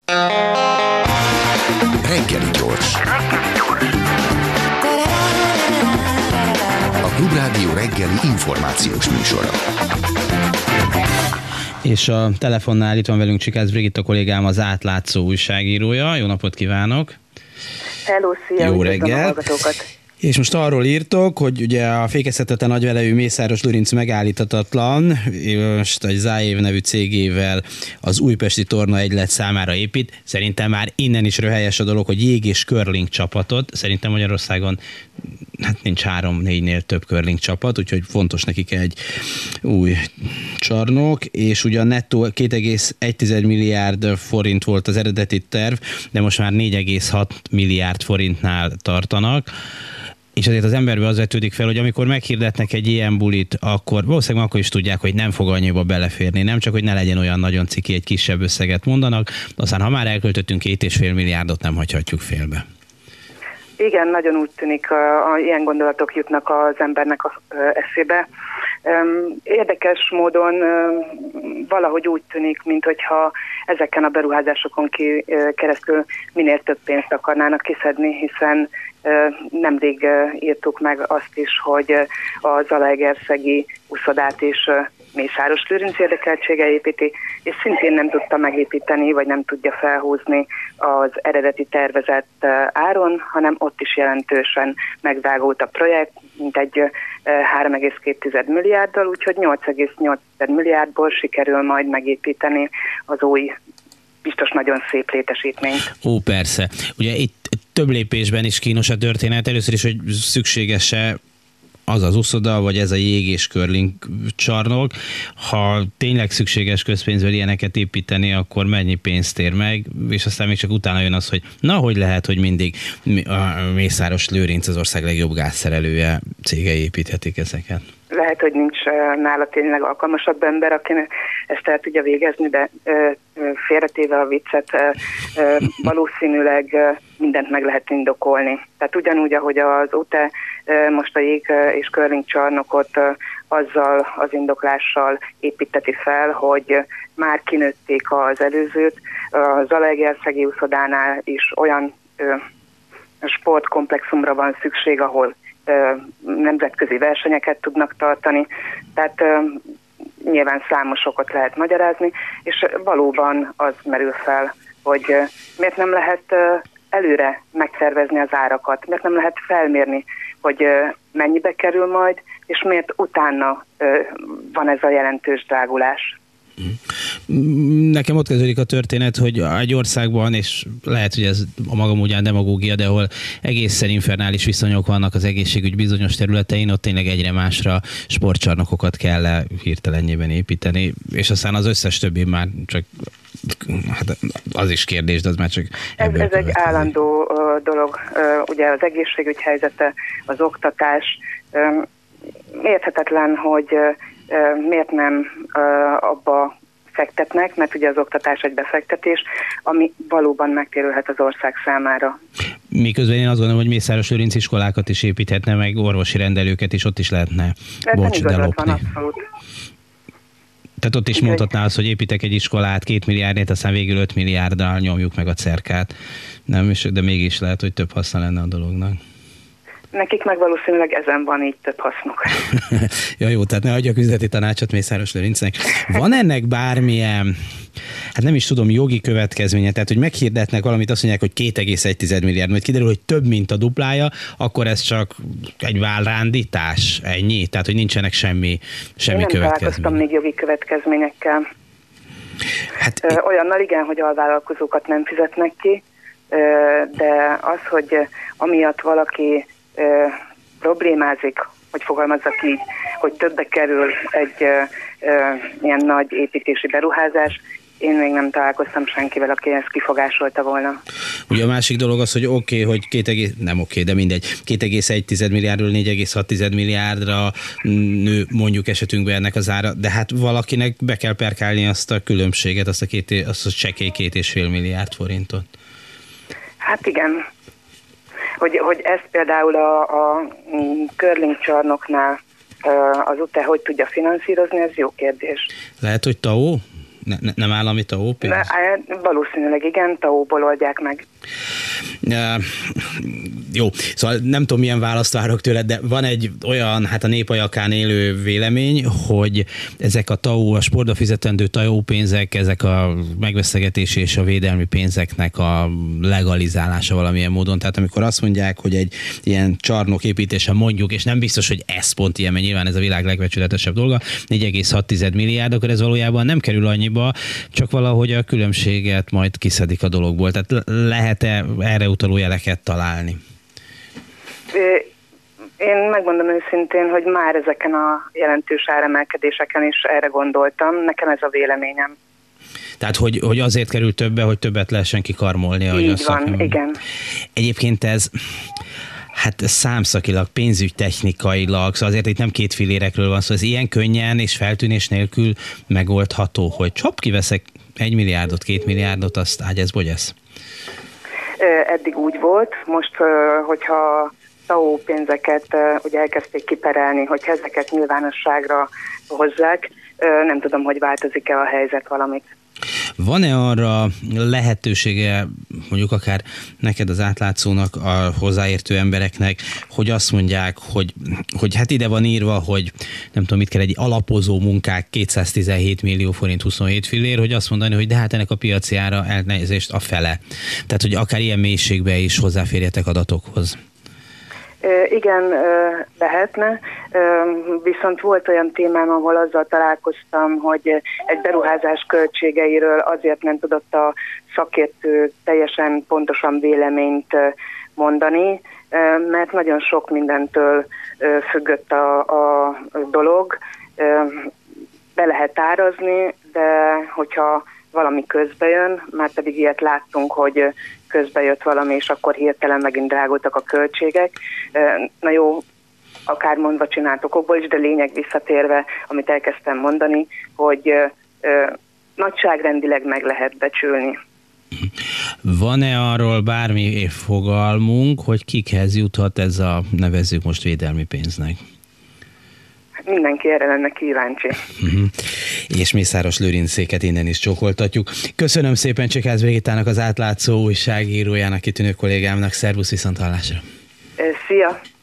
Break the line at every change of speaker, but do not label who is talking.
Reggeli gyors. A Klubrádió reggeli információs műsora.
És a telefonnál itt van velünk Csikász Brigitta kollégám, az Átlátszó újságírója. Jó napot kívánok!
Hello, szia!
Jó reggel! És most arról írtok, hogy ugye a fékezhetetlen nagyvelejű Mészáros Lőrinc megállíthatatlan, most egy Záév nevű cégével az újpesti torna egylet számára épít. Szerintem már innen is röhelyes a dolog, hogy jég- és curling csapatot. Szerintem Magyarországon nincs 3-4-nél több curling csapat, úgyhogy fontos nekik egy új csarnok, és ugyan nettó 2,1 milliárd forint volt az eredeti terv, de most már 4,6 milliárd forintnál tartanak. És azért az emberbe az vetődik fel, hogy amikor meghirdetnek egy ilyen bulit, akkor valószínűleg akkor is tudják, hogy nem fog annyiba beleférni. Nem csak, hogy ne legyen olyan nagyon ciki, egy kisebb összeget mondanak, aztán ha már elköltöttünk 2,5 milliárdot, nem hagyhatjuk félbe.
Igen, nagyon úgy tűnik, ilyen gondolatok jutnak az embernek eszébe. Érdekes módon valahogy úgy tűnik, minthogyha ezeken a beruházásokon keresztül minél több pénzt akarnának kiszedni, hiszen nemrég írtuk meg azt is, hogy a zalaegerszegi úszodát is Mészáros Lőrinc érdekeltsége építi, és szintén nem tudta megépíteni, vagy nem tudja felhúzni az eredeti tervezett áron, hanem ott is jelentősen megdrágult a projekt, mint egy 3,2 milliárddal, úgyhogy 8,8 milliárdból sikerül majd megépíteni az új, biztos nagyon szép létesítményt.
Ó, persze. Ugye itt több lépésben is kínos a történet. Először is, hogy szükséges-e az az úszoda, vagy ez a jég- és curling csarnok. Ha tényleg szükséges közpénzből ilyeneket építeni, akkor mennyi pénzt ér meg, és aztán még csak utána jön az, hogy hogy lehet, hogy mindig a Mészáros Lőrinc, az ország legjobb gázszerelője cégei építhetik ezeket.
Lehet, hogy nincs nála tényleg alkalmasabb ember, aki ezt el tudja végezni, de félretéve a viccet, valószínűleg mindent meg lehet indokolni. Tehát ugyanúgy, ahogy az UTE most a jég- és curling csarnokot azzal az indoklással építeti fel, hogy már kinőtték az előzőt. A Zalaegerszegi úszodánál is olyan sportkomplexumra van szükség, ahol nemzetközi versenyeket tudnak tartani, tehát nyilván számos okot lehet magyarázni, és valóban az merül fel, hogy miért nem lehet előre megszervezni az árakat, miért nem lehet felmérni, hogy mennyibe kerül majd, és miért utána van ez a jelentős drágulás.
Nekem ott kezdődik a történet, hogy egy országban, és lehet, hogy ez a maga módján demagógia, de ahol egészen infernális viszonyok vannak az egészségügy bizonyos területein, ott tényleg egyre másra sportcsarnokokat kell hirtelenjében építeni, és aztán az összes többi már csak, az is kérdés, de az már csak
Ez egy állandó dolog, ugye az egészségügy helyzete, az oktatás, érthetetlen, hogy miért nem abba fektetnek, mert ugye az oktatás egy befektetés, ami valóban megtérülhet az ország számára.
Miközben én azt gondolom, hogy Mészáros Lőrinc iskolákat is építhetne, meg orvosi rendelőket is ott is lehetne lopni. Tehát ott is mondhatná azt, hogy építek egy iskolát 2 milliárdért, aztán végül 5 milliárddal nyomjuk meg a cerkát. Nem, de mégis lehet, hogy több haszna lenne a dolognak.
Nekik meg valószínűleg ezen van így több hasznuk.
Ja, jó, tehát ne adjak üzleti tanácsot Mészáros Lőrincnek. Van ennek bármilyen, nem is tudom, jogi következménye, tehát hogy meghirdetnek valamit, azt mondják, hogy 2,1 milliárd, majd kiderül, hogy több, mint a duplája, akkor ez csak egy vállrándítás, ennyi? Tehát, hogy nincsenek semmi következmény.
Nem találkoztam még jogi következményekkel. Olyannal igen, hogy alvállalkozókat nem fizetnek ki, de az, hogy amiatt valaki problémázik, hogy fogalmazzak így, hogy többe kerül egy ilyen nagy építési beruházás, én még nem találkoztam senkivel, aki ezt kifogásolta volna.
Ugye a másik dolog az, hogy hogy 2,1 milliárdról 4,6 milliárdra nő mondjuk esetünkben ennek az ára, de hát valakinek be kell perkálni azt a különbséget, azt a csekély 2,5 milliárd forintot.
Hát igen. Hogy ezt például a curling csarnoknál az UTE hogy tudja finanszírozni, ez jó kérdés.
Lehet, hogy TAO? Nem állami TAO pénz?
Valószínűleg igen, TAO-ból oldják meg.
Jó, szóval nem tudom, milyen választ várok tőled, de van egy olyan, hát a népajakán élő vélemény, hogy ezek a TAO, a sportba fizetendő TAO pénzek, ezek a megvesztegetési és a védelmi pénzeknek a legalizálása valamilyen módon. Tehát amikor azt mondják, hogy egy ilyen csarnok építése mondjuk, és nem biztos, hogy ez pont ilyen, mert nyilván ez a világ legbecsületesebb dolga, 4,6 milliárd, akkor ez valójában nem kerül annyiba, csak valahogy a különbséget majd kiszedik a dologból. Tehát lehet-e erre utaló jeleket találni?
Én megmondom őszintén, hogy már ezeken a jelentős áremelkedéseken is erre gondoltam. Nekem ez a véleményem.
Tehát, hogy azért kerül többe, hogy többet lehessen kikarmolni.
Így van, igen.
Egyébként ez... Hát számszakilag, pénzügytechnikailag, szóval azért itt nem két fillérekről van szó, ez ilyen könnyen és feltűnés nélkül megoldható, hogy kiveszek 1 milliárdot, 2 milliárdot, azt ágyesz-bogyesz?
Eddig úgy volt, most, hogyha TAO pénzeket ugye elkezdték kiperelni, hogyha ezeket nyilvánosságra hozzák, nem tudom, hogy változik-e a helyzet valamit.
Van-e arra lehetősége, mondjuk akár neked az átlátszónak, a hozzáértő embereknek, hogy azt mondják, hogy hát ide van írva, hogy nem tudom, mit kell egy alapozó munkák 217 millió forint 27 fillér, hogy azt mondani, hogy de hát ennek a piaci ára elnézést a fele. Tehát, hogy akár ilyen mélységbe is hozzáférjetek adatokhoz.
Igen, lehetne, viszont volt olyan témám, ahol azzal találkoztam, hogy egy beruházás költségeiről azért nem tudott a szakértő teljesen pontosan véleményt mondani, mert nagyon sok mindentől függött a dolog. Be lehet árazni, de hogyha valami közbejön, már pedig ilyet láttunk, hogy közbejött valami, és akkor hirtelen megint drágultak a költségek. Na jó, akár mondva csináltok okból is, de lényeg visszatérve, amit elkezdtem mondani, hogy nagyságrendileg meg lehet becsülni.
Van-e arról bármi fogalmunk, hogy kikhez juthat ez a, nevezzük most védelmi pénznek?
Mindenki erre lenne kíváncsi.
És Mészáros Lőrincéket innen is csókoltatjuk. Köszönöm szépen Csekász Brigitának, az Átlátszó újságírójának, kitűnő kollégámnak. Szervusz, viszonthallásra!
Szia!